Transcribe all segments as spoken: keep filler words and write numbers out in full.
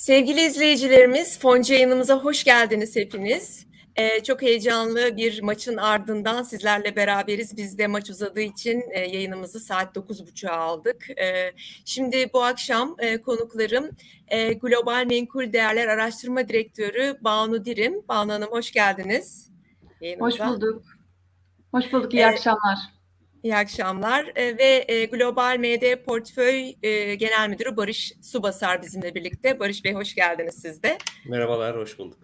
Sevgili izleyicilerimiz, Foncu yayınımıza hoş geldiniz hepiniz. Ee, çok heyecanlı bir maçın ardından sizlerle beraberiz. Biz de maç uzadığı için e, yayınımızı saat dokuz buçuğa aldık. E, şimdi bu akşam e, konuklarım e, Global Menkul Değerler Araştırma Direktörü Banu Dirim. Banu Hanım hoş geldiniz yayınımıza. Hoş bulduk. Hoş bulduk, iyi e, akşamlar. İyi akşamlar e, ve e, Global M D Portföy e, Genel Müdürü Barış Subasar bizimle birlikte. Barış Bey hoş geldiniz siz de. Merhabalar, hoş bulduk.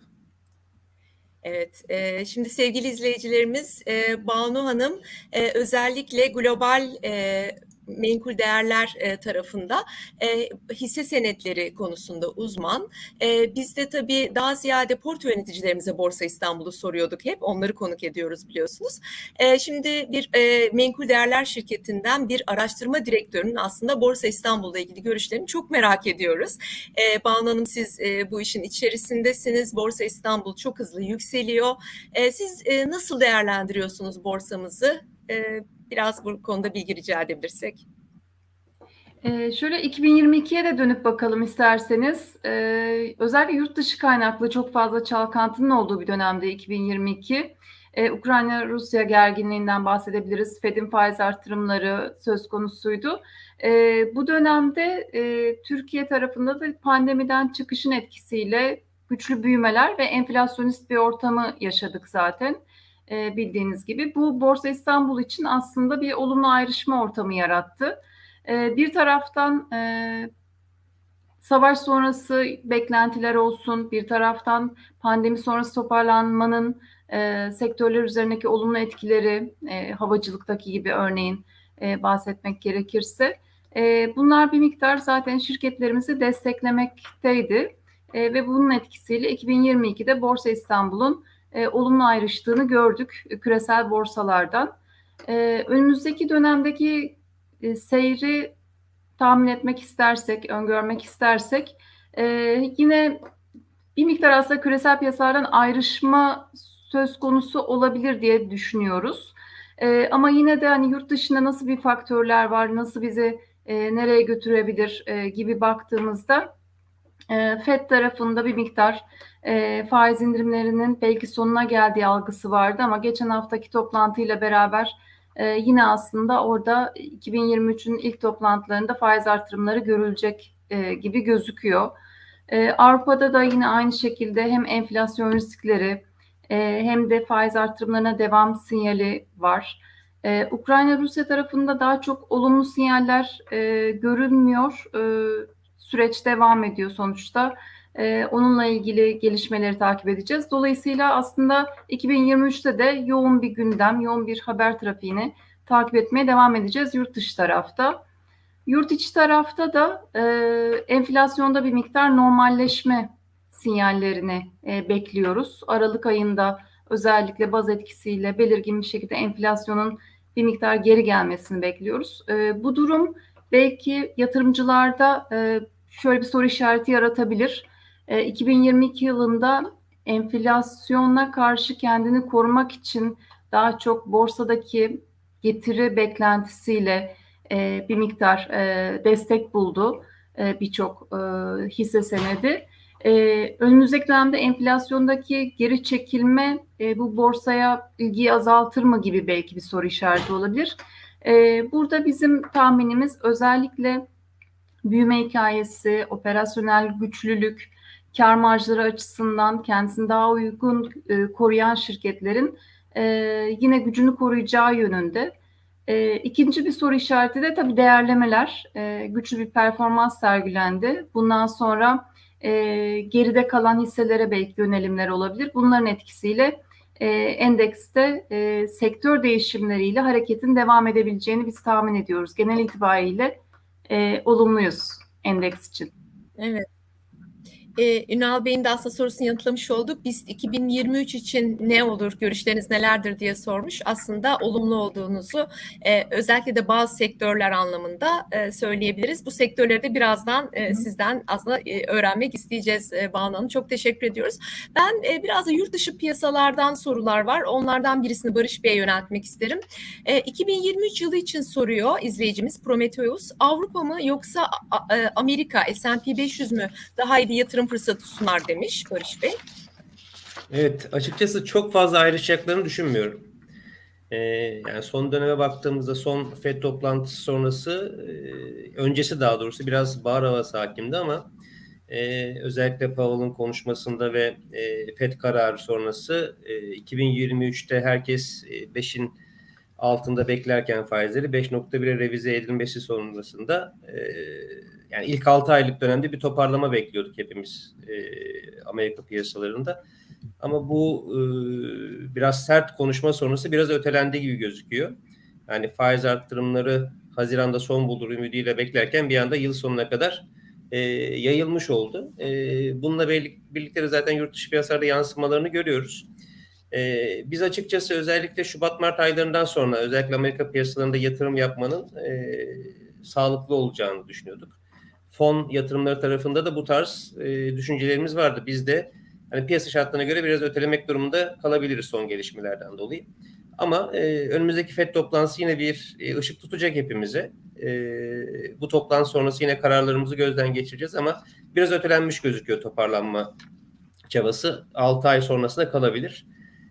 Evet, e, şimdi sevgili izleyicilerimiz, e, Banu Hanım e, özellikle global e, menkul değerler e, tarafında e, hisse senetleri konusunda uzman. E, biz de tabii daha ziyade portföy yöneticilerimize Borsa İstanbul'u soruyorduk hep. Onları konuk ediyoruz biliyorsunuz. E, şimdi bir e, menkul değerler şirketinden bir araştırma direktörünün aslında Borsa İstanbul'la ilgili görüşlerini çok merak ediyoruz. E, Banu Hanım siz e, bu işin içerisindesiniz. Borsa İstanbul çok hızlı yükseliyor. E, siz e, nasıl değerlendiriyorsunuz borsamızı? E, Biraz bu konuda bilgi rica edebilirsek. Ee, şöyle iki bin yirmi ikiye de dönüp bakalım isterseniz. Ee, özellikle yurt dışı kaynaklı çok fazla çalkantının olduğu bir dönemde iki bin yirmi iki. Ee, Ukrayna-Rusya gerginliğinden bahsedebiliriz. Fed'in faiz artırımları söz konusuydu. Ee, bu dönemde e, Türkiye tarafında da pandemiden çıkışın etkisiyle güçlü büyümeler ve enflasyonist bir ortamı yaşadık zaten. Ee, bildiğiniz gibi. Bu Borsa İstanbul için aslında bir olumlu ayrışma ortamı yarattı. Bir taraftan e, savaş sonrası beklentiler olsun, bir taraftan pandemi sonrası toparlanmanın e, sektörler üzerindeki olumlu etkileri, e, havacılıktaki gibi örneğin e, bahsetmek gerekirse, e, bunlar bir miktar zaten şirketlerimizi desteklemekteydi e, ve bunun etkisiyle iki bin yirmi ikide Borsa İstanbul'un e, olumlu ayrıştığını gördük küresel borsalardan. E, önümüzdeki dönemdeki e, seyri tahmin etmek istersek, öngörmek istersek e, yine bir miktar aslında küresel piyasalardan ayrışma söz konusu olabilir diye düşünüyoruz. E, ama yine de hani yurt dışında nasıl bir faktörler var, nasıl bizi e, nereye götürebilir e, gibi baktığımızda e, Fed tarafında bir miktar e, faiz indirimlerinin belki sonuna geldiği algısı vardı ama geçen haftaki toplantıyla beraber e, yine aslında orada iki bin yirmi üçün ilk toplantılarında faiz artırımları görülecek e, gibi gözüküyor. E, Avrupa'da da yine aynı şekilde hem enflasyon riskleri e, hem de faiz artırımlarına devam sinyali var. E, Ukrayna-Rusya tarafında daha çok olumlu sinyaller e, görünmüyor. E, süreç devam ediyor sonuçta. Ee, onunla ilgili gelişmeleri takip edeceğiz. Dolayısıyla aslında iki bin yirmi üçte de yoğun bir gündem, yoğun bir haber trafiğini takip etmeye devam edeceğiz yurt dışı tarafta. Yurt içi tarafta da e, enflasyonda bir miktar normalleşme sinyallerini e, bekliyoruz. Aralık ayında özellikle baz etkisiyle belirgin bir şekilde enflasyonun bir miktar geri gelmesini bekliyoruz. E, bu durum belki yatırımcılarda e, şöyle bir soru işareti yaratabilir. E, iki bin yirmi iki yılında enflasyona karşı kendini korumak için daha çok borsadaki getiri beklentisiyle e, bir miktar e, destek buldu e, birçok e, hisse senedi. E, önümüzdeki dönemde enflasyondaki geri çekilme e, bu borsaya ilgiyi azaltır mı gibi belki bir soru işareti olabilir. E, burada bizim tahminimiz özellikle büyüme hikayesi, operasyonel güçlülük, kar marjları açısından kendisini daha uygun e, koruyan şirketlerin e, yine gücünü koruyacağı yönünde. E, ikinci bir soru işareti de tabii değerlemeler. E, güçlü bir performans sergilendi. Bundan sonra e, geride kalan hisselere belki yönelimler olabilir. Bunların etkisiyle e, endekste e, sektör değişimleriyle hareketin devam edebileceğini biz tahmin ediyoruz. Genel itibariyle e, olumluyuz endeks için. Evet. Ee, Ünal Bey'in de aslında sorusunu yanıtlamış olduk. Biz iki bin yirmi üç için ne olur, görüşleriniz nelerdir diye sormuş. Aslında olumlu olduğunuzu e, özellikle de bazı sektörler anlamında e, söyleyebiliriz. Bu sektörleri de birazdan e, sizden aslında e, öğrenmek isteyeceğiz e, Banu Hanım. Çok teşekkür ediyoruz. Ben e, biraz da yurt dışı piyasalardan sorular var. Onlardan birisini Barış Bey'e yöneltmek isterim. E, iki bin yirmi üç yılı için soruyor izleyicimiz Prometheus. Avrupa mı yoksa a, a, Amerika, S and P beş yüz mü daha iyi bir yatırım yatırım fırsatı sunar demiş Barış Bey. Evet, açıkçası çok fazla ayrışacaklarını düşünmüyorum. Ee, yani son döneme baktığımızda son FED toplantısı sonrası, e, öncesi daha doğrusu biraz bağır havası hakimdi ama e, özellikle Powell'ın konuşmasında ve e, FED kararı sonrası e, iki bin yirmi üçte herkes e, beşin altında beklerken faizleri beş nokta bire revize edilmesi sonrasında e, yani ilk altı aylık dönemde bir toparlama bekliyorduk hepimiz e, Amerika piyasalarında. Ama bu e, biraz sert konuşma sonrası biraz ötelendi gibi gözüküyor. Yani faiz arttırımları Haziran'da son bulur ümidiyle beklerken bir anda yıl sonuna kadar e, yayılmış oldu. E, bununla birlikte de zaten yurt dışı piyasalarda yansımalarını görüyoruz. E, biz açıkçası özellikle Şubat-Mart aylarından sonra özellikle Amerika piyasalarında yatırım yapmanın e, sağlıklı olacağını düşünüyorduk. Fon yatırımları tarafında da bu tarz e, düşüncelerimiz vardı. Biz de hani piyasa şartlarına göre biraz ötelemek durumunda kalabiliriz son gelişmelerden dolayı. Ama e, önümüzdeki FED toplantısı yine bir e, ışık tutacak hepimize. E, bu toplantı sonrası yine kararlarımızı gözden geçireceğiz ama biraz ötelenmiş gözüküyor toparlanma çabası. altı ay sonrasında kalabilir.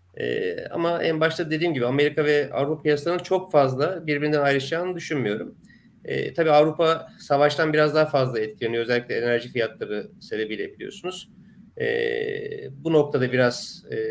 E, ama en başta dediğim gibi Amerika ve Avrupa piyasalarının çok fazla birbirinden ayrışacağını düşünmüyorum. E, tabii Avrupa savaştan biraz daha fazla etkileniyor. Özellikle enerji fiyatları sebebiyle biliyorsunuz. E, bu noktada biraz e,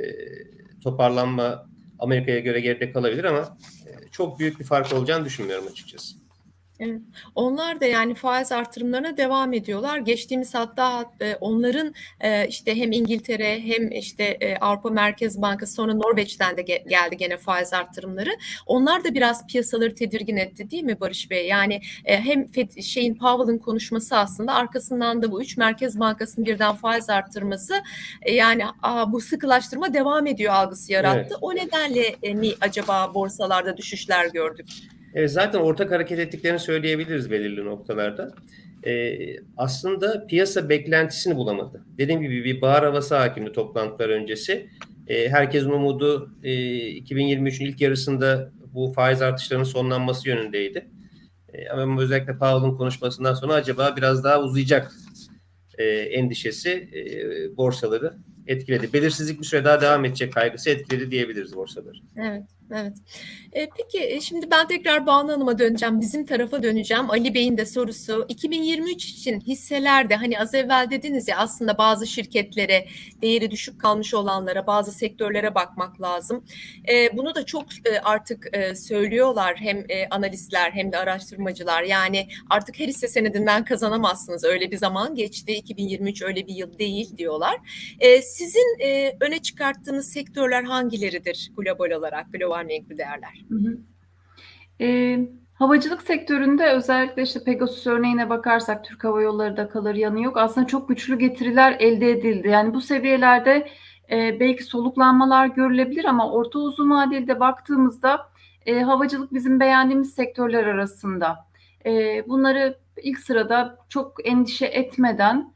toparlanma Amerika'ya göre geride kalabilir ama e, çok büyük bir fark olacağını düşünmüyorum açıkçası. Evet. Onlar da yani faiz artırımlarına devam ediyorlar. Geçtiğimiz hatta e, onların e, işte hem İngiltere hem işte e, Avrupa Merkez Bankası sonra Norveç'ten de ge- geldi gene faiz artırımları. Onlar da biraz piyasaları tedirgin etti değil mi Barış Bey? Yani e, hem Fed, şeyin Powell'ın konuşması aslında arkasından da bu üç Merkez Bankası'nın birden faiz artırması e, yani aa, bu sıkılaştırma devam ediyor algısı yarattı. Evet. O nedenle e, mi acaba borsalarda düşüşler gördük? Evet, zaten ortak hareket ettiklerini söyleyebiliriz belirli noktalarda. Ee, aslında piyasa beklentisini bulamadı. Dediğim gibi bir bahar havası hakimdi toplantılar öncesi. Ee, herkesin umudu e, iki bin yirmi üçün ilk yarısında bu faiz artışlarının sonlanması yönündeydi. Ee, ama özellikle Powell'ın konuşmasından sonra acaba biraz daha uzayacak e, endişesi e, borsaları etkiledi. Belirsizlik bir süre daha devam edecek kaygısı etkiledi diyebiliriz borsaları. Evet, evet. E, peki şimdi ben tekrar Banu Hanım'a döneceğim. Bizim tarafa döneceğim. Ali Bey'in de sorusu. iki bin yirmi üç için hisselerde hani az evvel dediniz ya aslında bazı şirketlere, değeri düşük kalmış olanlara, bazı sektörlere bakmak lazım. E, bunu da çok e, artık e, söylüyorlar hem e, analistler hem de araştırmacılar. Yani artık her hisse senedinden kazanamazsınız. Öyle bir zaman geçti. iki bin yirmi üç öyle bir yıl değil diyorlar. E, sizin e, öne çıkarttığınız sektörler hangileridir global olarak, global menkul değerler? Hı hı. E, havacılık sektöründe özellikle işte Pegasus örneğine bakarsak Türk Hava Yolları da kalır yanı yok. Aslında çok güçlü getiriler elde edildi. Yani bu seviyelerde e, belki soluklanmalar görülebilir ama orta uzun vadede baktığımızda e, havacılık bizim beğendiğimiz sektörler arasında. E, bunları ilk sırada çok endişe etmeden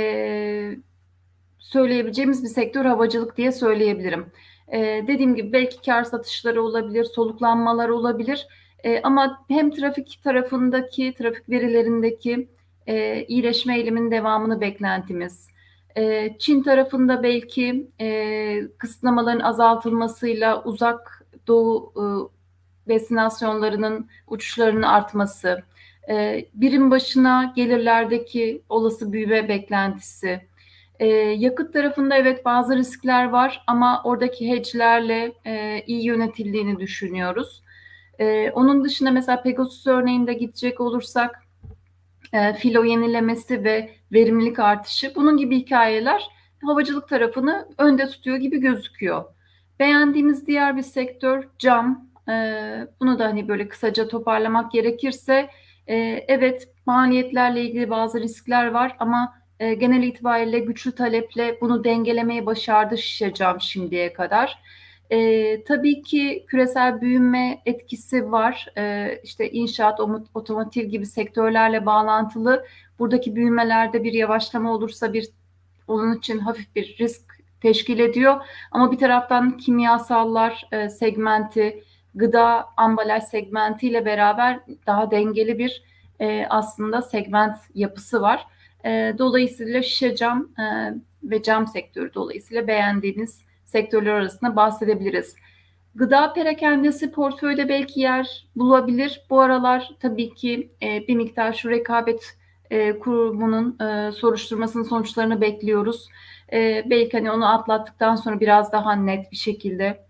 e, söyleyebileceğimiz bir sektör havacılık diye söyleyebilirim. Ee, dediğim gibi belki kar satışları olabilir, soluklanmalar olabilir. Ee, ama hem trafik tarafındaki, trafik verilerindeki e, iyileşme eğiliminin devamını beklentimiz. Ee, Çin tarafında belki e, kısıtlamaların azaltılmasıyla uzak doğu e, destinasyonlarının uçuşlarının artması, e, birim başına gelirlerdeki olası büyüme beklentisi, ee, yakıt tarafında evet bazı riskler var ama oradaki hedge'lerle e, iyi yönetildiğini düşünüyoruz. Ee, onun dışında mesela Pegasus örneğinde gidecek olursak e, filo yenilemesi ve verimlilik artışı bunun gibi hikayeler havacılık tarafını önde tutuyor gibi gözüküyor. Beğendiğimiz diğer bir sektör cam. Ee, bunu da hani böyle kısaca toparlamak gerekirse e, evet maliyetlerle ilgili bazı riskler var ama e, genel itibariyle güçlü taleple bunu dengelemeyi başardı şişe cam şimdiye kadar. E, tabii ki küresel büyüme etkisi var. E, işte inşaat, otomotiv gibi sektörlerle bağlantılı. Buradaki büyümelerde bir yavaşlama olursa bir onun için hafif bir risk teşkil ediyor. Ama bir taraftan kimyasallar e, segmenti, gıda ambalaj segmentiyle beraber daha dengeli bir e, aslında segment yapısı var. E, dolayısıyla şişe cam e, ve cam sektörü dolayısıyla beğendiğiniz sektörler arasında bahsedebiliriz. Gıda perakendesi portföyde belki yer bulabilir. Bu aralar tabii ki e, bir miktar şu rekabet e, kurumunun e, soruşturmasının sonuçlarını bekliyoruz. E, belki hani onu atlattıktan sonra biraz daha net bir şekilde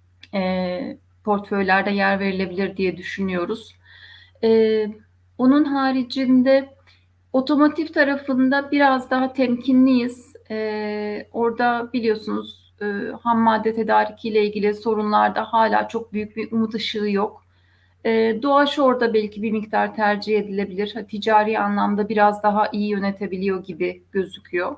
e, portföylerde yer verilebilir diye düşünüyoruz. E, onun haricinde otomotiv tarafında biraz daha temkinliyiz. E, orada biliyorsunuz e, ham madde tedarikiyle ilgili sorunlarda hala çok büyük bir umut ışığı yok. E, Doğaç orada belki bir miktar tercih edilebilir. Ha, ticari anlamda biraz daha iyi yönetebiliyor gibi gözüküyor.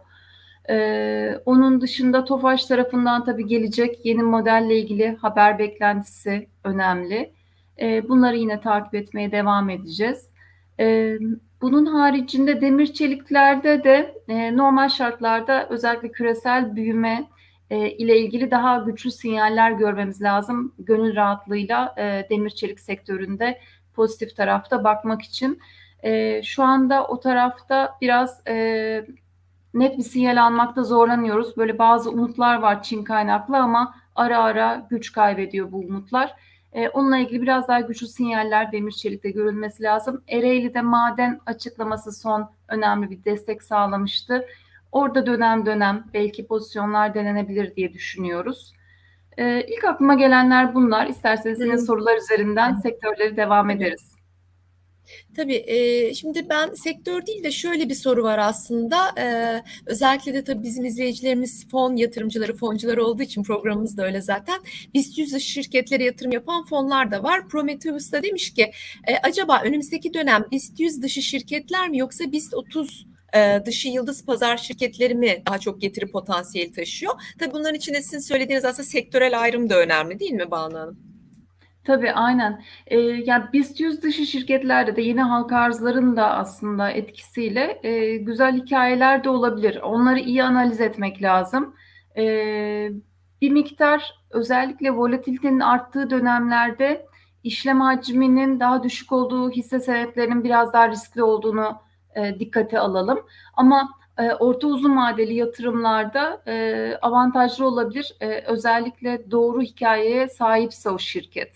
Ee, onun dışında Tofaş tarafından tabii gelecek yeni modelle ilgili haber beklentisi önemli. Ee, bunları yine takip etmeye devam edeceğiz. Ee, bunun haricinde demir çeliklerde de e, normal şartlarda özellikle küresel büyüme e, ile ilgili daha güçlü sinyaller görmemiz lazım. Gönül rahatlığıyla e, demir çelik sektöründe pozitif tarafta bakmak için. E, şu anda o tarafta biraz e, net bir sinyal almakta zorlanıyoruz. Böyle bazı umutlar var Çin kaynaklı ama ara ara güç kaybediyor bu umutlar. Ee, onunla ilgili biraz daha güçlü sinyaller demir çelikte görülmesi lazım. Ereğli'de maden açıklaması son önemli bir destek sağlamıştı. Orada dönem dönem belki pozisyonlar denenebilir diye düşünüyoruz. Ee, ilk aklıma gelenler bunlar. İsterseniz yine Hı. sorular üzerinden sektörleri devam Evet. ederiz. Tabii, eee, şimdi ben sektör değil de şöyle bir soru var aslında. Eee, özellikle de tabii bizim izleyicilerimiz fon yatırımcıları, foncuları olduğu için programımız da öyle zaten. BIST yüz dışı şirketlere yatırım yapan fonlar da var. Prometheus da demiş ki e, acaba önümüzdeki dönem BIST yüz dışı şirketler mi yoksa BIST otuz e, dışı yıldız pazar şirketleri mi daha çok getiri potansiyeli taşıyor? Tabii bunların içinde sizin söylediğiniz aslında sektörel ayrım da önemli değil mi Banu Hanım? Tabii aynen. Ee, yani BIST yüz dışı şirketlerde de yeni halka arzların da aslında etkisiyle e, güzel hikayeler de olabilir. Onları iyi analiz etmek lazım. Ee, bir miktar özellikle volatilitenin arttığı dönemlerde işlem hacminin daha düşük olduğu hisse senetlerinin biraz daha riskli olduğunu e, dikkate alalım. Ama e, orta uzun vadeli yatırımlarda e, avantajlı olabilir. E, özellikle doğru hikayeye sahipse o şirket.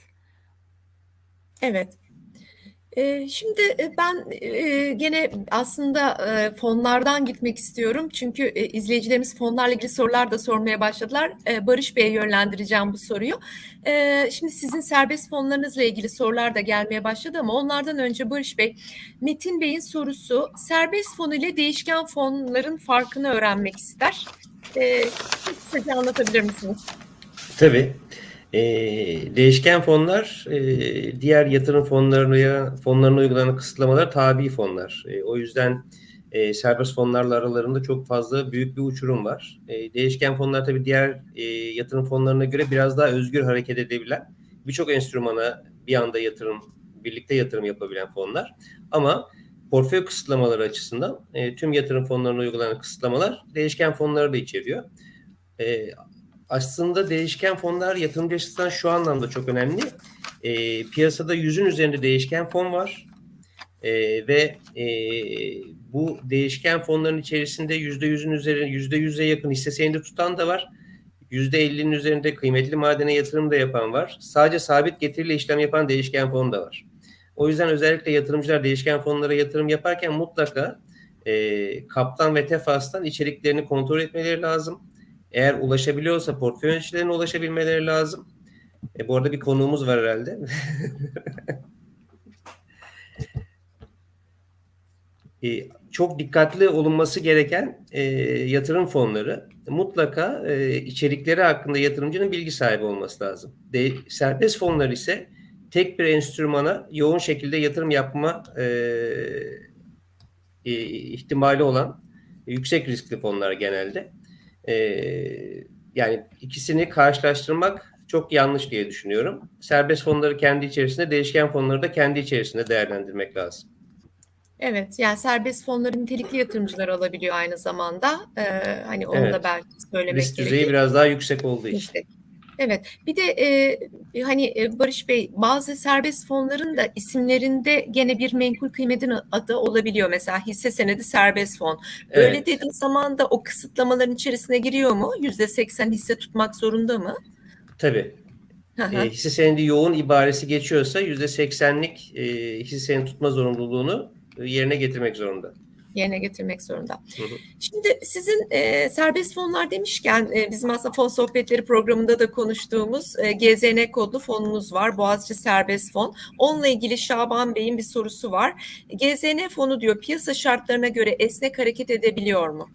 Evet. Ee, Şimdi e, ben e, gene aslında e, fonlardan gitmek istiyorum. Çünkü e, izleyicilerimiz fonlarla ilgili sorular da sormaya başladılar. E, Barış Bey'e yönlendireceğim bu soruyu. E, Şimdi sizin serbest fonlarınızla ilgili sorular da gelmeye başladı ama onlardan önce Barış Bey, Metin Bey'in sorusu serbest fon ile değişken fonların farkını öğrenmek ister. E, Kısaca anlatabilir misiniz? Tabii. E, değişken fonlar e, diğer yatırım fonlarına fonlarına uygulanan kısıtlamalar tabi fonlar. E, o yüzden e, serbest fonlarla aralarında çok fazla büyük bir uçurum var. E, değişken fonlar tabii diğer e, yatırım fonlarına göre biraz daha özgür hareket edebilen, birçok enstrümana bir anda yatırım, birlikte yatırım yapabilen fonlar. Ama portföy kısıtlamaları açısından e, tüm yatırım fonlarına uygulanan kısıtlamalar değişken fonları da içeriyor. E, Aslında değişken fonlar yatırımcı açısından şu anlamda çok önemli. E, piyasada yüzün üzerinde değişken fon var. E, ve e, bu değişken fonların içerisinde yüzde yüzün üzerinde yüzde yüze yakın hisse senedi tutan da var. Yüzde ellinin üzerinde kıymetli madene yatırım da yapan var. Sadece sabit getiriyle işlem yapan değişken fon da var. O yüzden özellikle yatırımcılar değişken fonlara yatırım yaparken mutlaka e, kaptan ve tefastan içeriklerini kontrol etmeleri lazım. Eğer ulaşabiliyorsa portföy yöneticilerine ulaşabilmeleri lazım. E, bu arada bir konuğumuz var herhalde. e, çok dikkatli olunması gereken e, yatırım fonları mutlaka e, içerikleri hakkında yatırımcının bilgi sahibi olması lazım. De, serbest fonlar ise tek bir enstrümana yoğun şekilde yatırım yapma e, e, ihtimali olan e, yüksek riskli fonlar genelde. E, yani ikisini karşılaştırmak çok yanlış diye düşünüyorum. Serbest fonları kendi içerisinde, değişken fonları da kendi içerisinde değerlendirmek lazım. Evet, yani serbest fonların nitelikli yatırımcılar alabiliyor aynı zamanda. Ee, hani onu Evet. da belki söylemek Risk düzeyi gerekir. biraz daha yüksek olduğu için. Yüksek. Evet. Bir de e, hani e, Barış Bey, bazı serbest fonların da isimlerinde gene bir menkul kıymetin adı olabiliyor. Mesela hisse senedi serbest fon. Öyle Evet, dediği zaman da o kısıtlamaların içerisine giriyor mu? Yüzde seksen hisse tutmak zorunda mı? tabii. Hı E, hı. hisse senedi yoğun ibaresi geçiyorsa yüzde seksenlik e, hisse senedi tutma zorunluluğunu e, yerine getirmek zorunda. Yerine getirmek zorunda. Hı hı. Şimdi sizin e, serbest fonlar demişken e, bizim aslında fon sohbetleri programında da konuştuğumuz e, G Z N kodlu fonumuz var. Boğaziçi Serbest Fon. Onunla ilgili Şaban Bey'in bir sorusu var. G Z N fonu diyor piyasa şartlarına göre esnek hareket edebiliyor mu?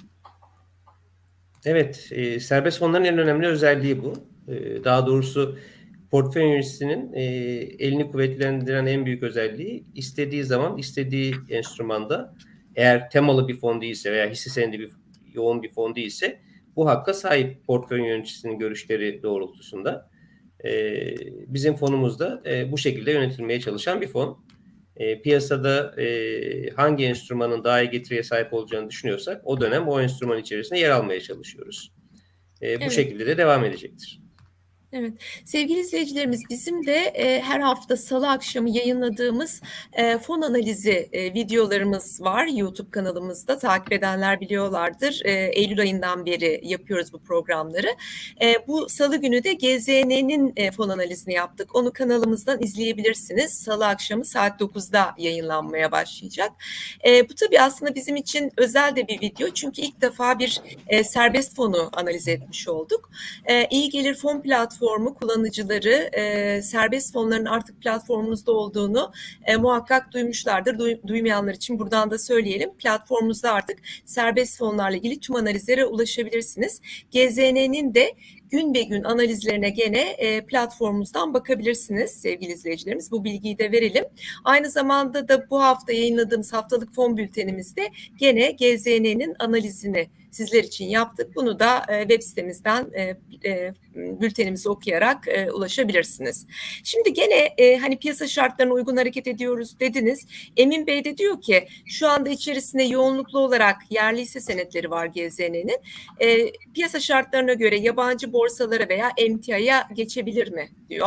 Evet, e, serbest fonların en önemli özelliği bu. E, daha doğrusu portföy yöneticisinin e, elini kuvvetlendiren en büyük özelliği istediği zaman istediği enstrümanda, eğer temalı bir fon değilse veya hisse senedi bir yoğun bir fon değilse, bu hakka sahip portföy yöneticisinin görüşleri doğrultusunda. E, Bizim fonumuz da e, bu şekilde yönetilmeye çalışan bir fon. E, piyasada e, hangi enstrümanın daha iyi getiriye sahip olacağını düşünüyorsak o dönem o enstrüman içerisinde yer almaya çalışıyoruz. E, bu Evet. şekilde de devam edecektir. Evet, sevgili izleyicilerimiz, bizim de e, her hafta Salı akşamı yayınladığımız e, fon analizi e, videolarımız var YouTube kanalımızda. Takip edenler biliyorlardır. E, Eylül ayından beri yapıyoruz bu programları. E, bu Salı günü de G Z N'nin e, fon analizini yaptık. Onu kanalımızdan izleyebilirsiniz. Salı akşamı saat dokuzda yayınlanmaya başlayacak. E, bu tabii aslında bizim için özel de bir video. Çünkü ilk defa bir e, serbest fonu analiz etmiş olduk. E, İyi Gelir Fon Platformu kullanıcıları e, serbest fonların artık platformumuzda olduğunu e, muhakkak duymuşlardır. Duy, duymayanlar için buradan da söyleyelim. Platformumuzda artık serbest fonlarla ilgili tüm analizlere ulaşabilirsiniz. G Z N'nin de gün be gün analizlerine gene e, platformumuzdan bakabilirsiniz sevgili izleyicilerimiz. Bu bilgiyi de verelim. Aynı zamanda da bu hafta yayınladığımız haftalık fon bültenimizde gene G Z N'nin analizini sizler için yaptık. Bunu da e, web sitemizden e, e, bültenimizi okuyarak e, ulaşabilirsiniz. Şimdi gene e, hani piyasa şartlarına uygun hareket ediyoruz dediniz. Emin Bey de diyor ki şu anda içerisinde yoğunluklu olarak yerli hisse senetleri var G Z N'nin. E, piyasa şartlarına göre yabancı borsalara veya emtiaya geçebilir mi diyor.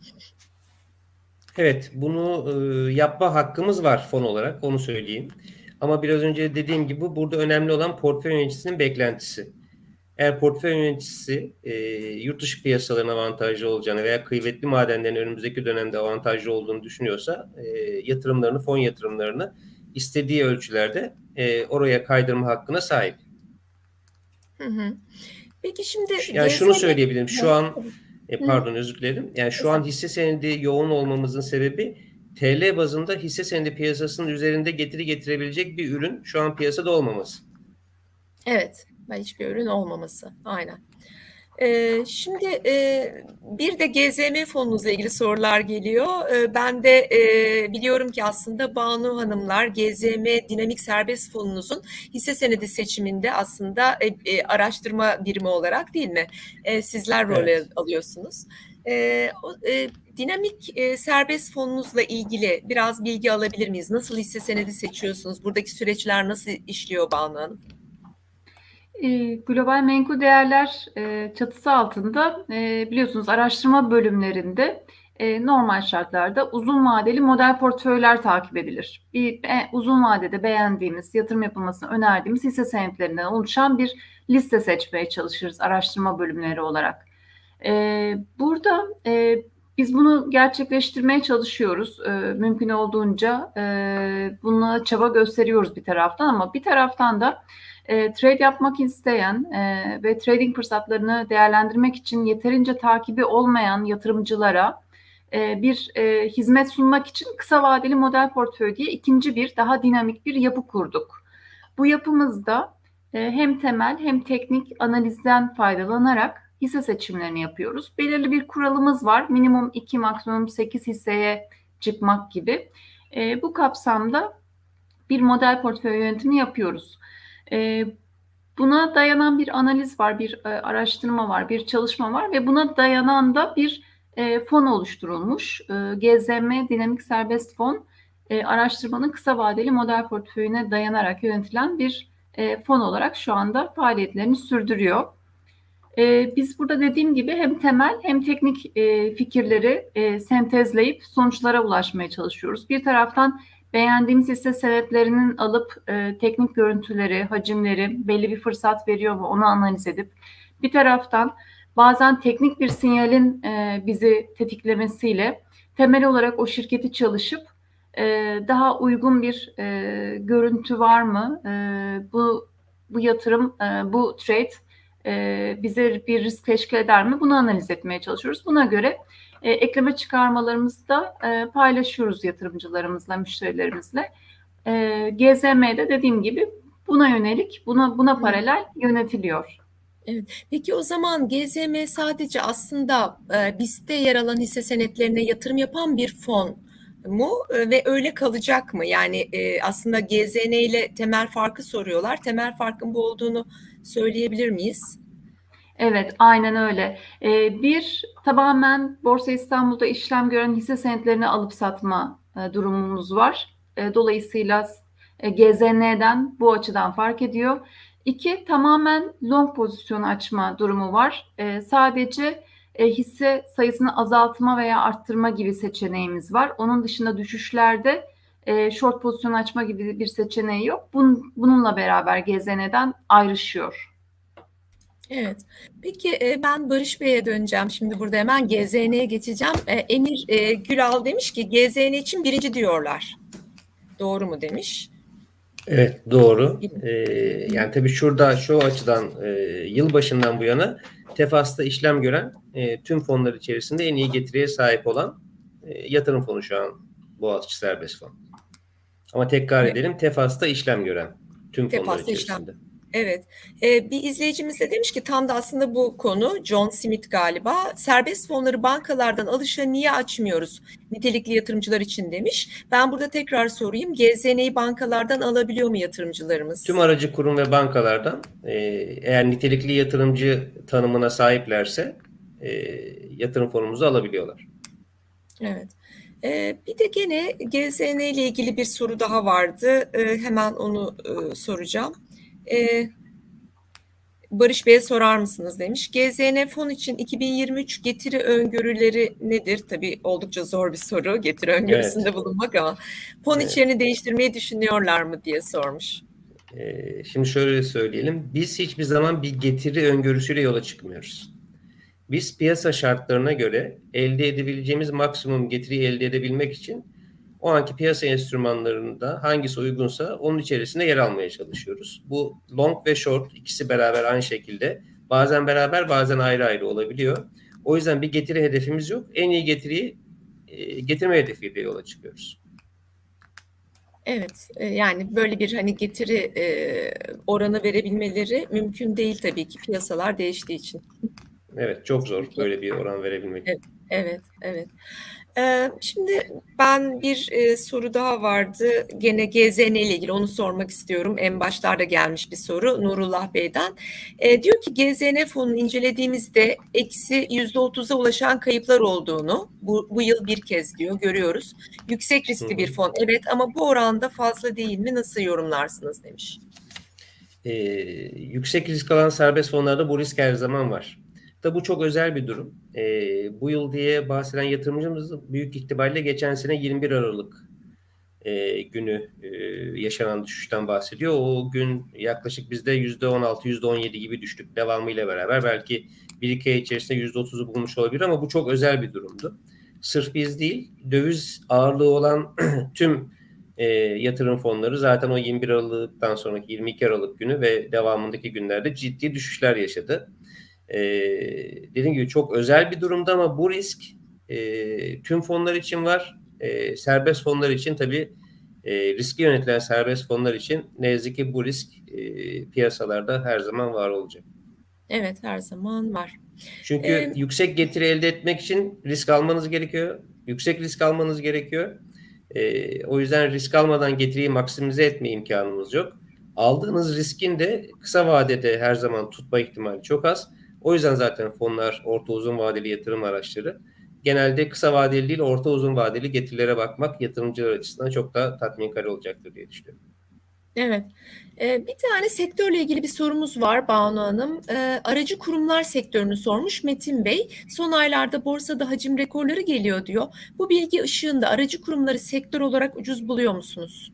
Evet, bunu e, yapma hakkımız var fon olarak, onu söyleyeyim. Ama biraz önce dediğim gibi burada önemli olan portföy yöneticisinin beklentisi. Eğer portföy yöneticisi e, yurt dışı piyasalarına avantajlı olacağını veya kıymetli madenlerin önümüzdeki dönemde avantajlı olduğunu düşünüyorsa e, yatırımlarını, fon yatırımlarını istediği ölçülerde e, oraya kaydırma hakkına sahip. Hı hı. Peki şimdi Yani şunu G Z N... söyleyebilirim. Şu an e, Hı hı. pardon özür dilerim. Yani şu an hisse senedi yoğun olmamızın sebebi T L bazında hisse senedi piyasasının üzerinde getiri getirebilecek bir ürün şu an piyasada olmaması. Evet, ben hiçbir ürün olmaması. Aynen. Ee, şimdi e, bir de G Z M fonunuzla ilgili sorular geliyor. Ee, ben de e, biliyorum ki aslında Banu Hanımlar G Z M Dinamik Serbest Fonunuzun hisse senedi seçiminde aslında e, e, araştırma birimi olarak değil mi? E, sizler rol Evet. alıyorsunuz. E, o, e, Dinamik e, serbest fonunuzla ilgili biraz bilgi alabilir miyiz? Nasıl hisse senedi seçiyorsunuz? Buradaki süreçler nasıl işliyor Banu Hanım? E, Global menkul değerler e, çatısı altında e, biliyorsunuz araştırma bölümlerinde e, normal şartlarda uzun vadeli model portföyler takip edilir. Bir e, uzun vadede beğendiğimiz, yatırım yapılmasını önerdiğimiz hisse senetlerinden oluşan bir liste seçmeye çalışırız araştırma bölümleri olarak. E, burada e, biz bunu gerçekleştirmeye çalışıyoruz. E, mümkün olduğunca e, buna çaba gösteriyoruz bir taraftan ama bir taraftan da e, trade yapmak isteyen e, ve trading fırsatlarını değerlendirmek için yeterince takibi olmayan yatırımcılara e, bir e, hizmet sunmak için kısa vadeli model portföy diye ikinci bir daha dinamik bir yapı kurduk. Bu yapımızda e, hem temel hem teknik analizden faydalanarak hisse seçimlerini yapıyoruz. Belirli bir kuralımız var. Minimum iki, maksimum sekiz hisseye çıkmak gibi. E, bu kapsamda bir model portföy yönetimi yapıyoruz. E, Buna dayanan bir analiz var, bir e, araştırma var, bir çalışma var ve buna dayanan da bir e, fon oluşturulmuş. E, G Z M Dinamik Serbest Fon e, araştırmanın kısa vadeli model portföyüne dayanarak yönetilen bir e, fon olarak şu anda faaliyetlerini sürdürüyor. E, biz burada dediğim gibi hem temel hem teknik e, fikirleri e, sentezleyip sonuçlara ulaşmaya çalışıyoruz. Bir taraftan beğendiğimiz hisse senetlerinin alıp e, teknik görüntüleri, hacimleri belli bir fırsat veriyor mu onu analiz edip bir taraftan bazen teknik bir sinyalin e, bizi tetiklemesiyle temel olarak o şirketi çalışıp e, daha uygun bir e, görüntü var mı? E, bu bu yatırım, e, bu trade e, bize bir risk teşkil eder mi? Bunu analiz etmeye çalışıyoruz. Buna göre e, ekleme çıkarmalarımızı da e, paylaşıyoruz yatırımcılarımızla, müşterilerimizle. E, G Z M'de dediğim gibi buna yönelik, buna buna paralel yönetiliyor. Evet. Peki o zaman G Z M sadece aslında e, BIST'te yer alan hisse senetlerine yatırım yapan bir fon mu E, ve öyle kalacak mı? Yani e, aslında G Z N ile temel farkı soruyorlar. Temel farkın bu olduğunu söyleyebilir miyiz? Evet, aynen öyle. Ee, bir, tamamen Borsa İstanbul'da işlem gören hisse senetlerini alıp satma e, durumumuz var. E, dolayısıyla e, G Z N'den bu açıdan fark ediyor. İki, tamamen long pozisyon açma durumu var. E, sadece e, hisse sayısını azaltma veya arttırma gibi seçeneğimiz var. Onun dışında düşüşlerde e, short pozisyon açma gibi bir seçeneği yok. Bun, bununla beraber G Z N'den ayrışıyor. Evet. Peki e, ben Barış Bey'e döneceğim. Şimdi burada hemen G Z N'ye geçeceğim. E, Emir e, Gülal demiş ki G Z N için birinci diyorlar. Doğru mu demiş? Evet, doğru. Ee, yani tabii şurada şu açıdan e, yılbaşından bu yana Tefas'ta işlem gören e, tüm fonlar içerisinde en iyi getiriye sahip olan e, yatırım fonu şu an Boğaziçi Serbest Fon. Ama tekrar Evet. edelim, Tefas'ta işlem gören tüm fonlar Tefas'ta işlem. içerisinde. Evet. Ee, bir izleyicimiz de demiş ki tam da aslında bu konu John Smith galiba. Serbest fonları bankalardan alışa niye açmıyoruz? Nitelikli yatırımcılar için demiş. Ben burada tekrar sorayım. G Z N'yi bankalardan alabiliyor mu yatırımcılarımız? Tüm aracı kurum ve bankalardan e, eğer nitelikli yatırımcı tanımına sahiplerse e, yatırım fonumuzu alabiliyorlar. Evet. Ee, bir de gene G Z N ile ilgili bir soru daha vardı. Ee, hemen onu e, soracağım. Ee, Barış Bey'e sorar mısınız demiş. G Z N fon için iki bin yirmi üç getiri öngörüleri nedir? Tabii oldukça zor bir soru getiri öngörüsünde Evet. bulunmak ama fon Evet. içeriğini değiştirmeyi düşünüyorlar mı diye sormuş. Ee, şimdi şöyle söyleyelim. Biz hiçbir zaman bir getiri öngörüsüyle yola çıkmıyoruz. Biz piyasa şartlarına göre elde edebileceğimiz maksimum getiriyi elde edebilmek için o anki piyasa enstrümanlarında hangisi uygunsa onun içerisinde yer almaya çalışıyoruz. Bu long ve short ikisi beraber aynı şekilde bazen beraber bazen ayrı ayrı olabiliyor. O yüzden bir getiri hedefimiz yok. En iyi getiriyi e, getirme hedefiyle yola çıkıyoruz. Evet, e, yani böyle bir hani getiri e, oranı verebilmeleri mümkün değil tabii ki piyasalar değiştiği için. Evet, çok zor Peki. böyle bir oran verebilmek. Evet, evet, evet. Ee, şimdi ben bir e, soru daha vardı. Gene G Z N ile ilgili onu sormak istiyorum. En başlarda gelmiş bir soru Nurullah Bey'den. E, diyor ki G Z N fonunu incelediğimizde eksi yüzde otuza ulaşan kayıplar olduğunu bu, bu yıl bir kez diyor görüyoruz. Yüksek riskli Hı hı. bir fon. Evet ama bu oranda fazla değil mi? Nasıl yorumlarsınız demiş. Ee, yüksek risk alan serbest fonlarda bu risk her zaman var. Da bu çok özel bir durum. Ee, bu yıl diye bahseden yatırımcımız büyük ihtimalle geçen sene yirmi bir Aralık e, günü e, yaşanan düşüşten bahsediyor. O gün yaklaşık bizde yüzde on altı yüzde on yedi gibi düştük. Devamıyla beraber belki bir iki ay içerisinde yüzde otuzu bulmuş olabilir ama bu çok özel bir durumdu. Sırf biz değil, döviz ağırlığı olan tüm e, yatırım fonları zaten o yirmi bir Aralık'tan sonraki yirmi iki Aralık günü ve devamındaki günlerde ciddi düşüşler yaşadı. E, dediğim gibi çok özel bir durumda ama bu risk e, tüm fonlar için var. E, serbest fonlar için tabii e, riski yönetilen serbest fonlar için ne yazık ki bu risk e, piyasalarda her zaman var olacak. Evet her zaman var. Çünkü Ee, yüksek getiri elde etmek için risk almanız gerekiyor. Yüksek risk almanız gerekiyor. E, o yüzden risk almadan getiriyi maksimize etme imkanımız yok. Aldığınız riskin de kısa vadede her zaman tutma ihtimali çok az. O yüzden zaten fonlar orta uzun vadeli yatırım araçları. Genelde kısa vadeli değil orta uzun vadeli getirilere bakmak yatırımcılar açısından çok daha tatminkar olacaktır diye düşünüyorum. Evet. Ee, bir tane sektörle ilgili bir sorumuz var Banu Hanım. Ee, aracı kurumlar sektörünü sormuş Metin Bey. Son aylarda borsada hacim rekorları geliyor diyor. Bu bilgi ışığında aracı kurumları sektör olarak ucuz buluyor musunuz?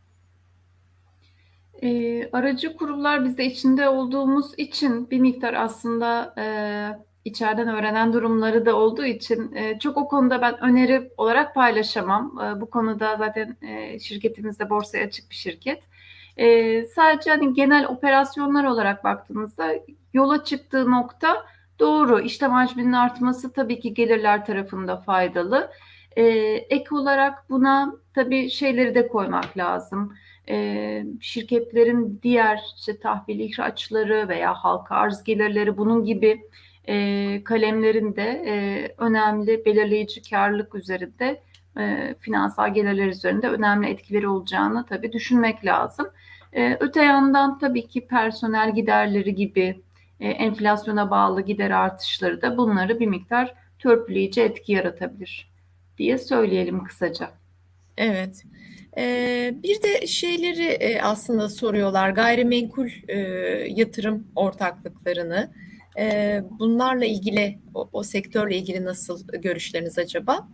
E, aracı kurumlar biz de içinde olduğumuz için bir miktar aslında e, içeriden öğrenen durumları da olduğu için e, çok o konuda ben öneri olarak paylaşamam. E, bu konuda zaten e, şirketimiz de borsaya açık bir şirket. E, sadece hani genel operasyonlar olarak baktığımızda yola çıktığı nokta doğru. İşlem hacminin artması tabii ki gelirler tarafında faydalı. E, ek olarak buna tabii şeyleri de koymak lazım. E, şirketlerin diğer işte tahvil ihraçları veya halka arz gelirleri bunun gibi e, kalemlerin de e, önemli belirleyici karlılık üzerinde e, finansal gelirler üzerinde önemli etkileri olacağını tabii düşünmek lazım. E, öte yandan tabii ki personel giderleri gibi e, enflasyona bağlı gider artışları da bunları bir miktar törpüleyici etki yaratabilir diye söyleyelim kısaca. Evet. Ee, bir de şeyleri e, aslında soruyorlar, gayrimenkul e, yatırım ortaklıklarını. Ee, bunlarla ilgili, o, o sektörle ilgili nasıl görüşleriniz acaba?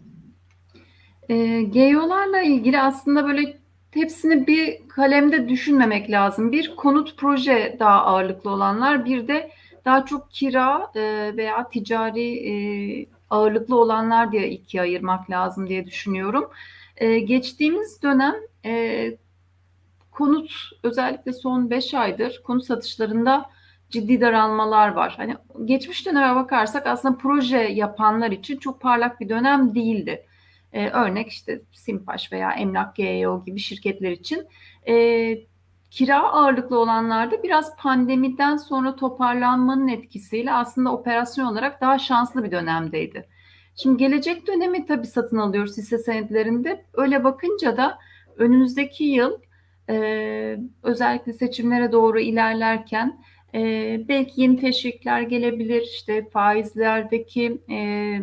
E, G E O'larla ilgili aslında böyle hepsini bir kalemde düşünmemek lazım. Bir konut proje daha ağırlıklı olanlar, bir de daha çok kira e, veya ticari e, ağırlıklı olanlar diye ikiye ayırmak lazım diye düşünüyorum. E, geçtiğimiz dönem e, konut özellikle son beş aydır konut satışlarında ciddi daralmalar var. Hani geçmiş döneme bakarsak aslında proje yapanlar için çok parlak bir dönem değildi. Ee, örnek işte Simpaş veya Emlak G E O gibi şirketler için. Ee, kira ağırlıklı olanlarda biraz pandemiden sonra toparlanmanın etkisiyle aslında operasyon olarak daha şanslı bir dönemdeydi. Şimdi gelecek dönemi tabii satın alıyoruz hisse senetlerinde. Öyle bakınca da önümüzdeki yıl ee, özellikle seçimlere doğru ilerlerken e, belki yeni teşvikler gelebilir. İşte faizlerdeki e,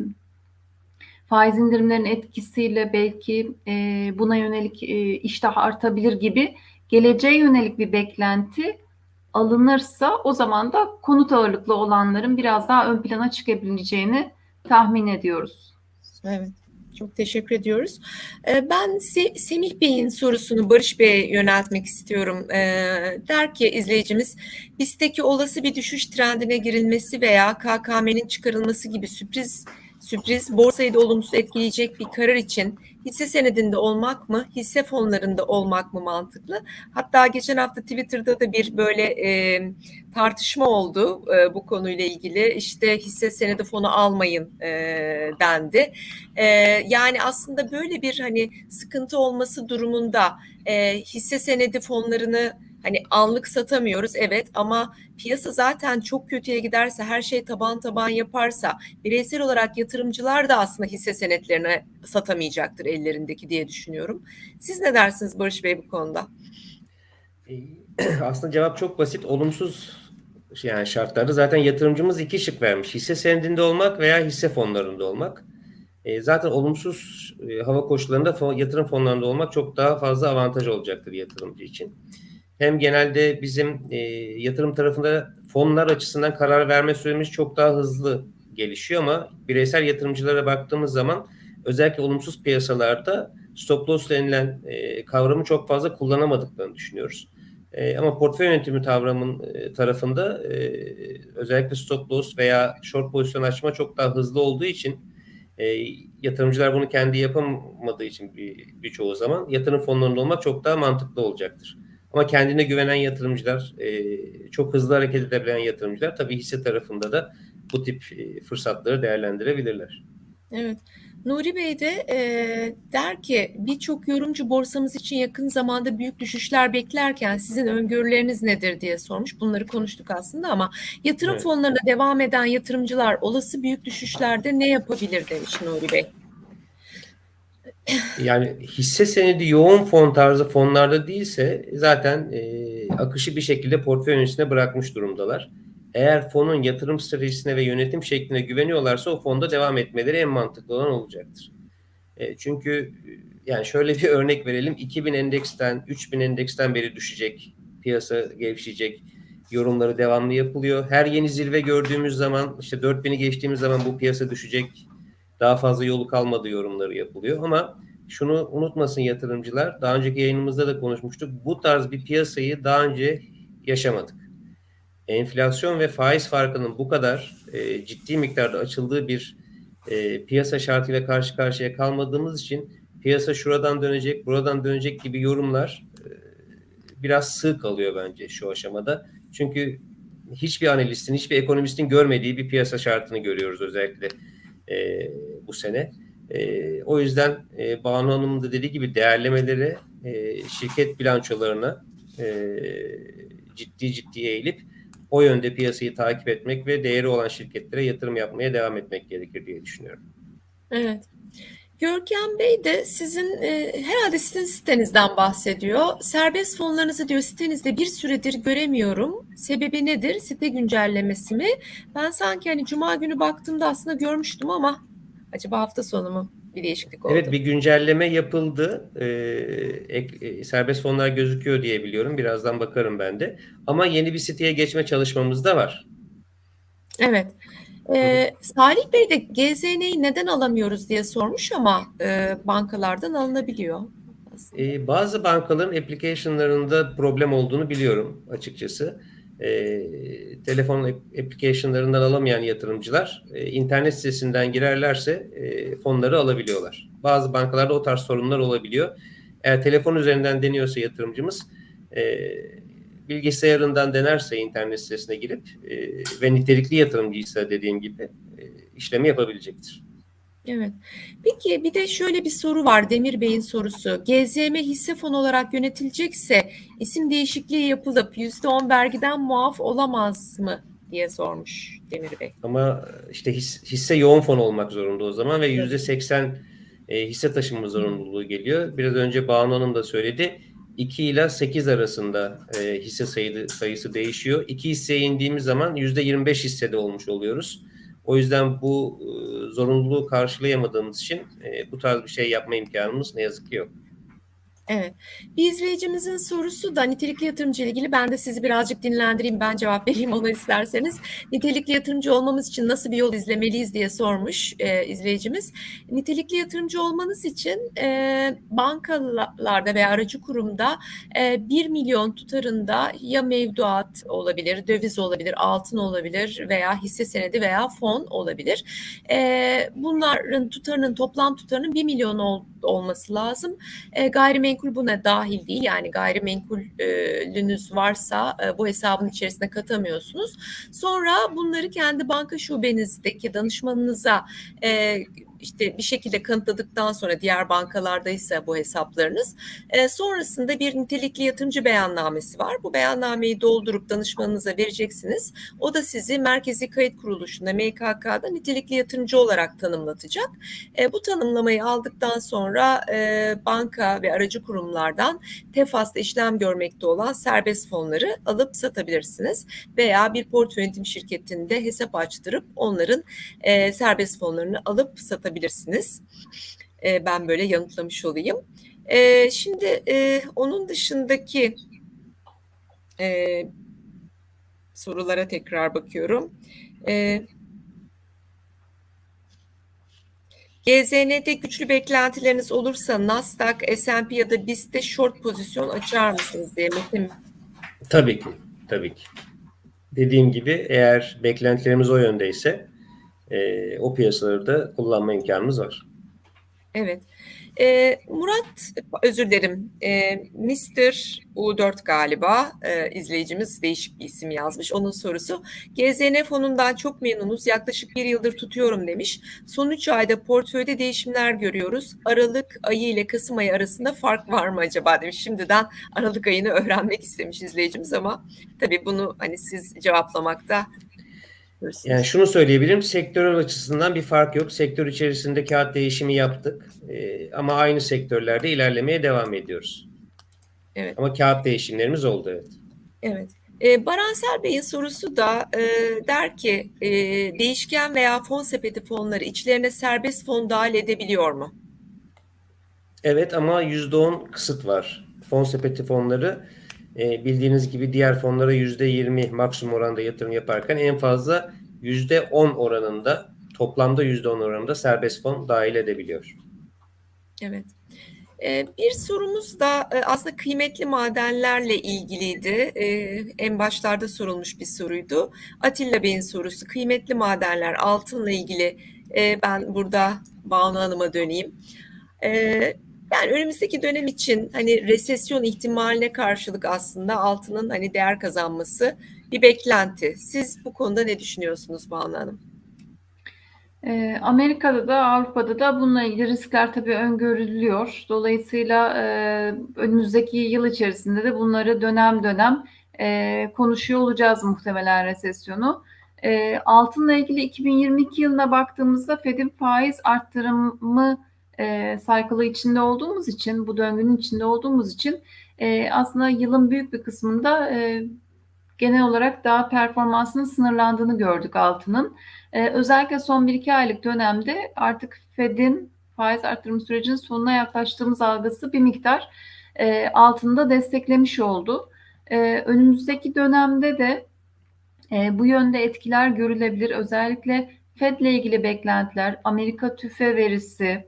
faiz indirimlerinin etkisiyle belki e, buna yönelik e, iştah artabilir gibi geleceğe yönelik bir beklenti alınırsa o zaman da konut ağırlıklı olanların biraz daha ön plana çıkabileceğini tahmin ediyoruz. Evet, çok teşekkür ediyoruz. Ee, Ben Se- Semih Bey'in sorusunu Barış Bey'e yöneltmek istiyorum. Ee, Der ki izleyicimiz, BIST'teki olası bir düşüş trendine girilmesi veya K K M'nin çıkarılması gibi sürpriz sürpriz borsayı da olumsuz etkileyecek bir karar için hisse senedinde olmak mı, hisse fonlarında olmak mı mantıklı? Hatta geçen hafta Twitter'da da bir böyle e, tartışma oldu e, bu konuyla ilgili. İşte hisse senedi fonu almayın e, dendi. E, Yani aslında böyle bir hani sıkıntı olması durumunda e, hisse senedi fonlarını hani anlık satamıyoruz, evet, ama piyasa zaten çok kötüye giderse, her şey taban taban yaparsa bireysel olarak yatırımcılar da aslında hisse senetlerini satamayacaktır ellerindeki diye düşünüyorum. Siz ne dersiniz Barış Bey bu konuda? Aslında cevap çok basit. Olumsuz yani şartlarda zaten yatırımcımız iki şık vermiş. Hisse senedinde olmak veya hisse fonlarında olmak. E, zaten olumsuz e, hava koşullarında fon, yatırım fonlarında olmak çok daha fazla avantaj olacaktır yatırımcı için. Hem genelde bizim e, yatırım tarafında fonlar açısından karar verme süremiz çok daha hızlı gelişiyor ama bireysel yatırımcılara baktığımız zaman özellikle olumsuz piyasalarda stop loss denilen e, kavramı çok fazla kullanamadıklarını düşünüyoruz. E, ama portföy yönetimi kavramın e, tarafında e, özellikle stop loss veya short pozisyon açma çok daha hızlı olduğu için e, yatırımcılar bunu kendi yapamadığı için bir, birçoğu zaman yatırım fonlarında olmak çok daha mantıklı olacaktır. Ama kendine güvenen yatırımcılar, e, çok hızlı hareket edebilen yatırımcılar tabii hisse tarafında da bu tip e, fırsatları değerlendirebilirler. Evet. Nuri Bey de e, der ki birçok yorumcu borsamız için yakın zamanda büyük düşüşler beklerken sizin öngörüleriniz nedir diye sormuş. Bunları konuştuk aslında ama yatırım Evet. fonlarına devam eden yatırımcılar olası büyük düşüşlerde ne yapabilir demiş Nuri Bey. Yani hisse senedi yoğun fon tarzı fonlarda değilse zaten e, akışı bir şekilde portföy yöneticisine bırakmış durumdalar. Eğer fonun yatırım stratejisine ve yönetim şekline güveniyorlarsa o fonda devam etmeleri en mantıklı olan olacaktır. E, çünkü yani şöyle bir örnek verelim. iki bin endeksten, üç bin endeksten beri düşecek, piyasa gevşeyecek yorumları devamlı yapılıyor. Her yeni zirve gördüğümüz zaman, işte dört bini geçtiğimiz zaman bu piyasa düşecek, daha fazla yolu kalmadı yorumları yapılıyor. Ama şunu unutmasın yatırımcılar, daha önceki yayınımızda da konuşmuştuk. Bu tarz bir piyasayı daha önce yaşamadık. Enflasyon ve faiz farkının bu kadar e, ciddi miktarda açıldığı bir e, piyasa şartıyla karşı karşıya kalmadığımız için piyasa şuradan dönecek, buradan dönecek gibi yorumlar e, biraz sığ kalıyor bence şu aşamada. Çünkü hiçbir analistin, hiçbir ekonomistin görmediği bir piyasa şartını görüyoruz özellikle e, bu sene. E, o yüzden e, Banu Hanım'ın da dediği gibi değerlemeleri e, şirket bilançolarına e, ciddi ciddi eğilip o yönde piyasayı takip etmek ve değeri olan şirketlere yatırım yapmaya devam etmek gerekir diye düşünüyorum. Evet. Görkem Bey de sizin e, herhalde sizin sitenizden bahsediyor. Serbest fonlarınızı diyor sitenizde bir süredir göremiyorum. Sebebi nedir? Site güncellemesi mi? Ben sanki hani Cuma günü baktığımda aslında görmüştüm ama acaba hafta sonu mu bir değişiklik oldu? Evet, bir güncelleme yapıldı. Ee, ek, e, serbest fonlar gözüküyor diye biliyorum. Birazdan bakarım ben de. Ama yeni bir siteye geçme çalışmamız da var. Evet. Ee, Salih Bey de G Z N'yi neden alamıyoruz diye sormuş ama e, bankalardan alınabiliyor aslında. Ee, bazı bankaların application'larında problem olduğunu biliyorum açıkçası. Ee, telefon application'larından alamayan yatırımcılar e, internet sitesinden girerlerse e, fonları alabiliyorlar. Bazı bankalarda o tarz sorunlar olabiliyor. Eğer telefon üzerinden deniyorsa yatırımcımız e, bilgisayarından denerse internet sitesine girip e, ve nitelikli yatırımcıysa dediğim gibi e, işlemi yapabilecektir. Evet. Peki bir de şöyle bir soru var, Demir Bey'in sorusu. G Z M hisse fonu olarak yönetilecekse isim değişikliği yapılıp yüzde on vergiden muaf olamaz mı diye sormuş Demir Bey. Ama işte his, hisse yoğun fon olmak zorunda o zaman ve yüzde seksen e, hisse taşıma zorunluluğu geliyor. Biraz önce Banu Hanım da söyledi. iki ile sekiz arasında e, hisse sayısı, sayısı değişiyor. iki hisseye indiğimiz zaman yüzde yirmi beş hissede olmuş oluyoruz. O yüzden bu e, zorunluluğu karşılayamadığımız için e, bu tarz bir şey yapma imkanımız ne yazık ki yok. Evet. Bir izleyicimizin sorusu da nitelikli yatırımcı ile ilgili. Ben de sizi birazcık dinlendireyim, ben cevap vereyim ona isterseniz. Nitelikli yatırımcı olmamız için nasıl bir yol izlemeliyiz diye sormuş e, izleyicimiz. Nitelikli yatırımcı olmanız için e, bankalarda veya aracı kurumda e, bir milyon tutarında ya mevduat olabilir, döviz olabilir, altın olabilir veya hisse senedi veya fon olabilir. E, bunların tutarının, toplam tutarının bir milyon ol, olması lazım. E, gayrimenkul buna dahil değil, yani gayrimenkulünüz varsa e, bu hesabın içerisine katamıyorsunuz. Sonra bunları kendi banka şubenizdeki danışmanınıza e, işte bir şekilde kanıtladıktan sonra, diğer bankalardaysa bu hesaplarınız, e, sonrasında bir nitelikli yatırımcı beyannamesi var. Bu beyannameyi doldurup danışmanınıza vereceksiniz. O da sizi Merkezi Kayıt Kuruluşu'nda, M K K'da nitelikli yatırımcı olarak tanımlatacak. E, bu tanımlamayı aldıktan sonra e, banka ve aracı kurumlardan Tefas'ta işlem görmekte olan serbest fonları alıp satabilirsiniz. Veya bir portföy yönetim şirketinde hesap açtırıp onların e, serbest fonlarını alıp satabilirsiniz. E, ben böyle yanıtlamış olayım. E, şimdi e, onun dışındaki e, sorulara tekrar bakıyorum. E, G Z N'de güçlü beklentileriniz olursa Nasdaq, S and P ya da B I S T'te short pozisyon açar mısınız diye Metin. Tabii ki, tabii ki. Dediğim gibi eğer beklentilerimiz o yöndeyse e, o piyasaları da kullanma imkanımız var. Evet. Ee, Murat, özür dilerim, ee, mister U dört galiba ee, izleyicimiz değişik bir isim yazmış. Onun sorusu, G Z N fonundan çok memnunuz. Yaklaşık bir yıldır tutuyorum demiş. Son üç ayda portföyde değişimler görüyoruz. Aralık ayı ile Kasım ayı arasında fark var mı acaba demiş. Şimdiden Aralık ayını öğrenmek istemiş izleyicimiz ama tabii bunu hani siz cevaplamakta. Yani şunu söyleyebilirim, sektörel açısından bir fark yok. Sektör içerisinde kağıt değişimi yaptık ee, ama aynı sektörlerde ilerlemeye devam ediyoruz. Evet. Ama kağıt değişimlerimiz oldu, evet. Evet. E, Baransel Bey'in sorusu da e, der ki e, değişken veya fon sepeti fonları içlerine serbest fon dahil edebiliyor mu? Evet ama yüzde on kısıt var. Fon sepeti fonları e, bildiğiniz gibi diğer fonlara yüzde yirmi maksimum oranda yatırım yaparken en fazla yüzde on oranında, toplamda yüzde on oranında serbest fon dahil edebiliyor. Evet. Ee, bir sorumuz da e, aslında kıymetli madenlerle ilgiliydi. Ee, en başlarda sorulmuş bir soruydu. Atilla Bey'in sorusu, kıymetli madenler, altınla ilgili. Ee, ben burada Banu Hanım'a döneyim. Ee, Yani önümüzdeki dönem için hani resesyon ihtimaline karşılık aslında altının hani değer kazanması bir beklenti. Siz bu konuda ne düşünüyorsunuz Banu Hanım? Ee, Amerika'da da Avrupa'da da bununla ilgili riskler tabii öngörülüyor. Dolayısıyla e, önümüzdeki yıl içerisinde de bunları dönem dönem e, konuşuyor olacağız muhtemelen resesyonu. E, altınla ilgili iki bin yirmi iki yılına baktığımızda Fed'in faiz arttırımı e, cycle'ı içinde olduğumuz için, bu döngünün içinde olduğumuz için e, aslında yılın büyük bir kısmında e, genel olarak daha performansının sınırlandığını gördük altının. Ee, özellikle son bir iki aylık dönemde artık Fed'in faiz artırım sürecinin sonuna yaklaştığımız algısı bir miktar e, altında desteklemiş oldu. E, önümüzdeki dönemde de e, bu yönde etkiler görülebilir. Özellikle Fed'le ilgili beklentiler, Amerika tüfe verisi,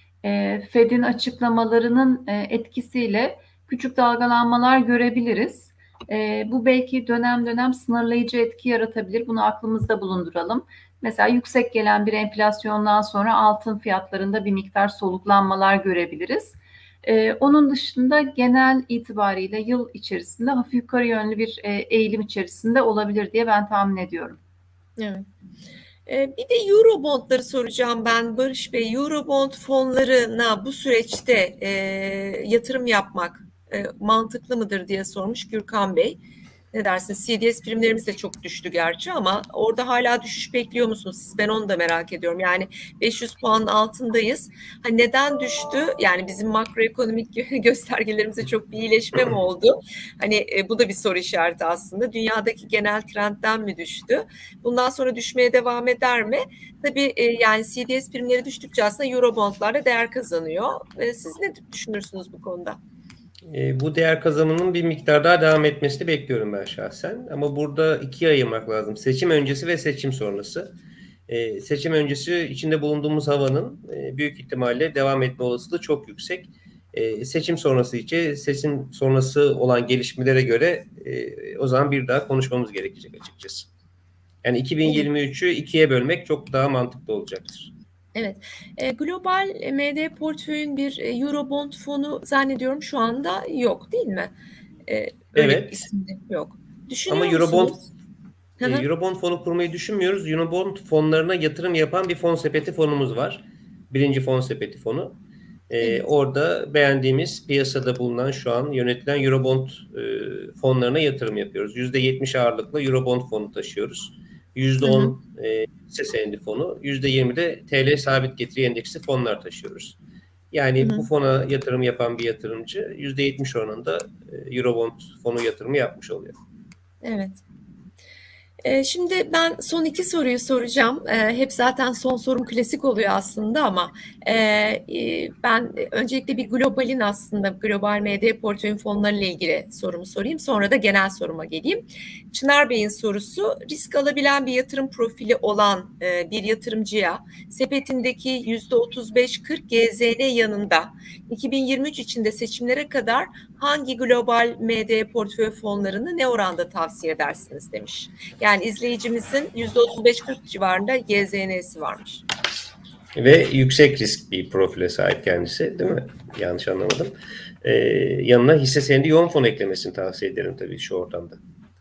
e, Fed'in açıklamalarının e, etkisiyle küçük dalgalanmalar görebiliriz. E, bu belki dönem dönem sınırlayıcı etki yaratabilir. Bunu aklımızda bulunduralım. Mesela yüksek gelen bir enflasyondan sonra altın fiyatlarında bir miktar soluklanmalar görebiliriz. E, onun dışında genel itibariyle yıl içerisinde hafif yukarı yönlü bir e, eğilim içerisinde olabilir diye ben tahmin ediyorum. Evet. Ee, Bir de Eurobondları soracağım ben Barış Bey. Eurobond fonlarına bu süreçte e, yatırım yapmak e, mantıklı mıdır diye sormuş Gürkan Bey. Ne dersiniz? C D S primlerimiz de çok düştü gerçi ama orada hala düşüş bekliyor musunuz siz? Ben onu da merak ediyorum. Yani beş yüz puanın altındayız. Ha, neden düştü? Yani bizim makroekonomik göstergelerimizde çok bir iyileşme mi oldu? Hani e, bu da bir soru işareti aslında. Dünyadaki genel trendten mi düştü? Bundan sonra düşmeye devam eder mi? Tabii e, yani C D S primleri düştükçe aslında Eurobondlar da değer kazanıyor. E, siz ne düşünürsünüz bu konuda? E, bu değer kazanımının bir miktar daha devam etmesini bekliyorum ben şahsen. Ama burada ikiye ayırmak lazım. Seçim öncesi ve seçim sonrası. E, seçim öncesi içinde bulunduğumuz havanın e, büyük ihtimalle devam etme olasılığı çok yüksek. E, seçim sonrası için seçim sonrası olan gelişmelere göre e, o zaman bir daha konuşmamız gerekecek açıkçası. Yani iki bin yirmi üçü ikiye bölmek çok daha mantıklı olacaktır. Evet. E, global M D portföyün bir e, Eurobond fonu zannediyorum şu anda yok değil mi? E, öyle bir Evet. isimde yok. Ama Düşünüyor Eurobond musunuz? e, Eurobond fonu kurmayı düşünmüyoruz. Eurobond fonlarına yatırım yapan bir fon sepeti fonumuz var. Birinci fon sepeti fonu. E, Evet. orada beğendiğimiz piyasada bulunan şu an yönetilen Eurobond e, fonlarına yatırım yapıyoruz. yüzde yetmiş ağırlıklı Eurobond fonu taşıyoruz. yüzde on e, hisse senedi fonu, yüzde yirmi de T L sabit getiri endeksli fonlar taşıyoruz. Yani Hı hı. bu fona yatırım yapan bir yatırımcı yüzde yetmiş oranında e, Eurobond fonu yatırımı yapmış oluyor. Evet. Ee, Şimdi ben son iki soruyu soracağım. Ee, Hep zaten son sorum klasik oluyor aslında ama e, e, ben öncelikle bir globalin aslında global M D portföy fonlarıyla ilgili sorumu sorayım. Sonra da genel soruma geleyim. Çınar Bey'in sorusu risk alabilen bir yatırım profili olan e, bir yatırımcıya sepetindeki yüzde otuz beş kırk G Z N yanında iki bin yirmi üç içinde seçimlere kadar hangi global M D portföy fonlarını ne oranda tavsiye edersiniz demiş. Yani izleyicimizin yüzde otuz beş kırk civarında G Z N'si varmış. Ve yüksek risk bir profile sahip kendisi, değil mi? Yanlış anlamadım. Ee, yanına hisse senedi yoğun fon eklemesini tavsiye ederim tabii şu ortamda.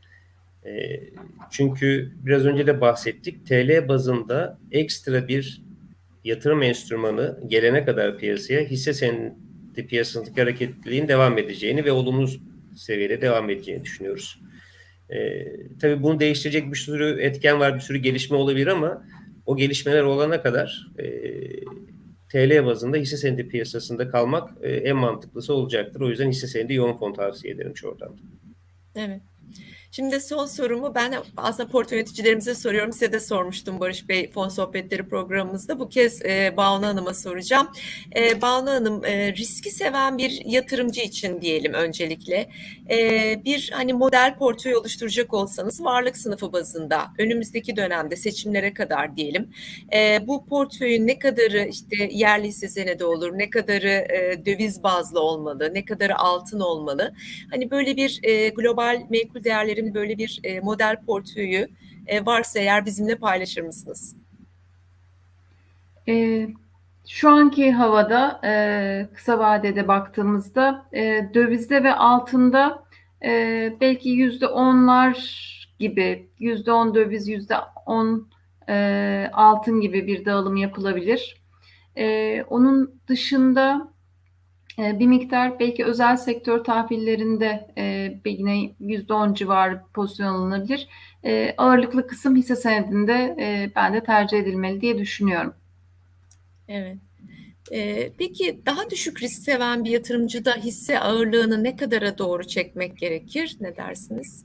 Ee, çünkü biraz önce de bahsettik. T L bazında ekstra bir yatırım enstrümanı gelene kadar piyasaya hisse senedi piyasasındaki hareketliliğin devam edeceğini ve olumlu seviyede devam edeceğini düşünüyoruz. Ee, tabii bunu değiştirecek bir sürü etken var, bir sürü gelişme olabilir ama o gelişmeler olana kadar e, T L bazında hisse senedi piyasasında kalmak e, en mantıklısı olacaktır. O yüzden hisse senedi yoğun fon tavsiye ederim şu ortamda. Evet. Şimdi son sorumu ben aslında portföy yöneticilerimize soruyorum. Size de sormuştum Barış Bey Fon Sohbetleri programımızda. Bu kez e, Banu Hanım'a soracağım. E, Banu Hanım, e, riski seven bir yatırımcı için diyelim öncelikle. E, bir hani model portföy oluşturacak olsanız varlık sınıfı bazında önümüzdeki dönemde seçimlere kadar diyelim. E, bu portföyün ne kadarı işte yerli hisse senedi olur, ne kadarı e, döviz bazlı olmalı, ne kadarı altın olmalı? Hani böyle bir e, global menkul değerlerin böyle bir e, model portföyü e, varsa eğer bizimle paylaşır mısınız? E, şu anki havada e, kısa vadede baktığımızda e, dövizde ve altında e, belki yüzde onlar gibi, yüzde on döviz, yüzde on e, altın gibi bir dağılım yapılabilir. E, onun dışında e, bir miktar belki özel sektör tahvillerinde e, yine yüzde on civarı pozisyon alınabilir. E, ağırlıklı kısım hisse senedinde e, ben de tercih edilmeli diye düşünüyorum. Evet. Ee, peki daha düşük risk seven bir yatırımcıda hisse ağırlığını ne kadara doğru çekmek gerekir? Ne dersiniz?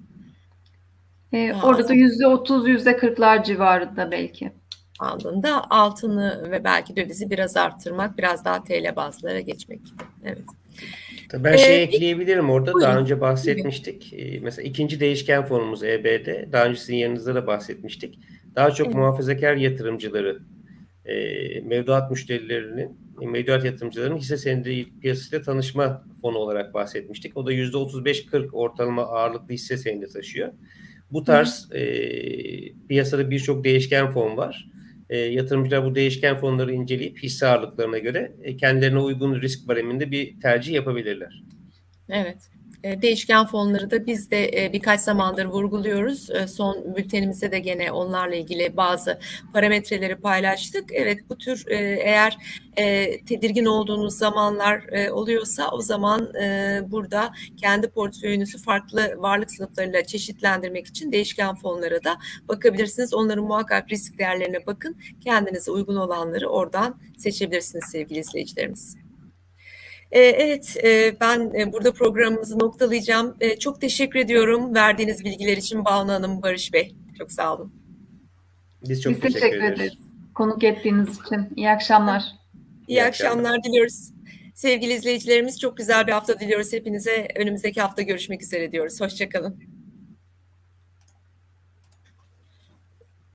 E, Daha orada az da yüzde otuz, yüzde kırklar civarında belki. aldığında altını ve belki dövizi biraz arttırmak, biraz daha T L bazlara geçmek gibi. Evet. Tabii ben Ee, şey peki, ekleyebilirim orada. Daha buyurun. önce Tabii. bahsetmiştik. Ee, mesela ikinci değişken fonumuz E B D. Daha önce sizin yanınızda da bahsetmiştik. Daha çok Evet. muhafazakar yatırımcıları, e, mevduat müşterilerinin, e, mevduat yatırımcılarının hisse senedi piyasasıyla tanışma fonu olarak bahsetmiştik. O da yüzde otuz beş kırk ortalama ağırlıklı hisse senedi taşıyor. Bu tarz e, piyasada birçok değişken fon var. E, yatırımcılar bu değişken fonları inceleyip hisse ağırlıklarına göre e, kendilerine uygun risk bareminde bir tercih yapabilirler. Evet. E, Değişken fonları da biz de e, birkaç zamandır vurguluyoruz. E, Son bültenimizde de gene onlarla ilgili bazı parametreleri paylaştık. Evet, bu tür e, eğer e, tedirgin olduğunuz zamanlar e, oluyorsa o zaman e, burada kendi portföyünüzü farklı varlık sınıflarıyla çeşitlendirmek için değişken fonlara da bakabilirsiniz. Onların muhakkak risk değerlerine bakın. Kendinize uygun olanları oradan seçebilirsiniz sevgili izleyicilerimiz. Ee, Evet, e, ben e, burada programımızı noktalayacağım. E, Çok teşekkür ediyorum verdiğiniz bilgiler için Banu Hanım, Barış Bey. Çok sağ olun. Biz çok Biz teşekkür teşekkür ederiz. ederiz konuk ettiğiniz için. İyi akşamlar. İyi İyi akşamlar. akşamlar diliyoruz. Sevgili izleyicilerimiz çok güzel bir hafta diliyoruz hepinize. Önümüzdeki hafta görüşmek üzere diyoruz. Hoşça kalın.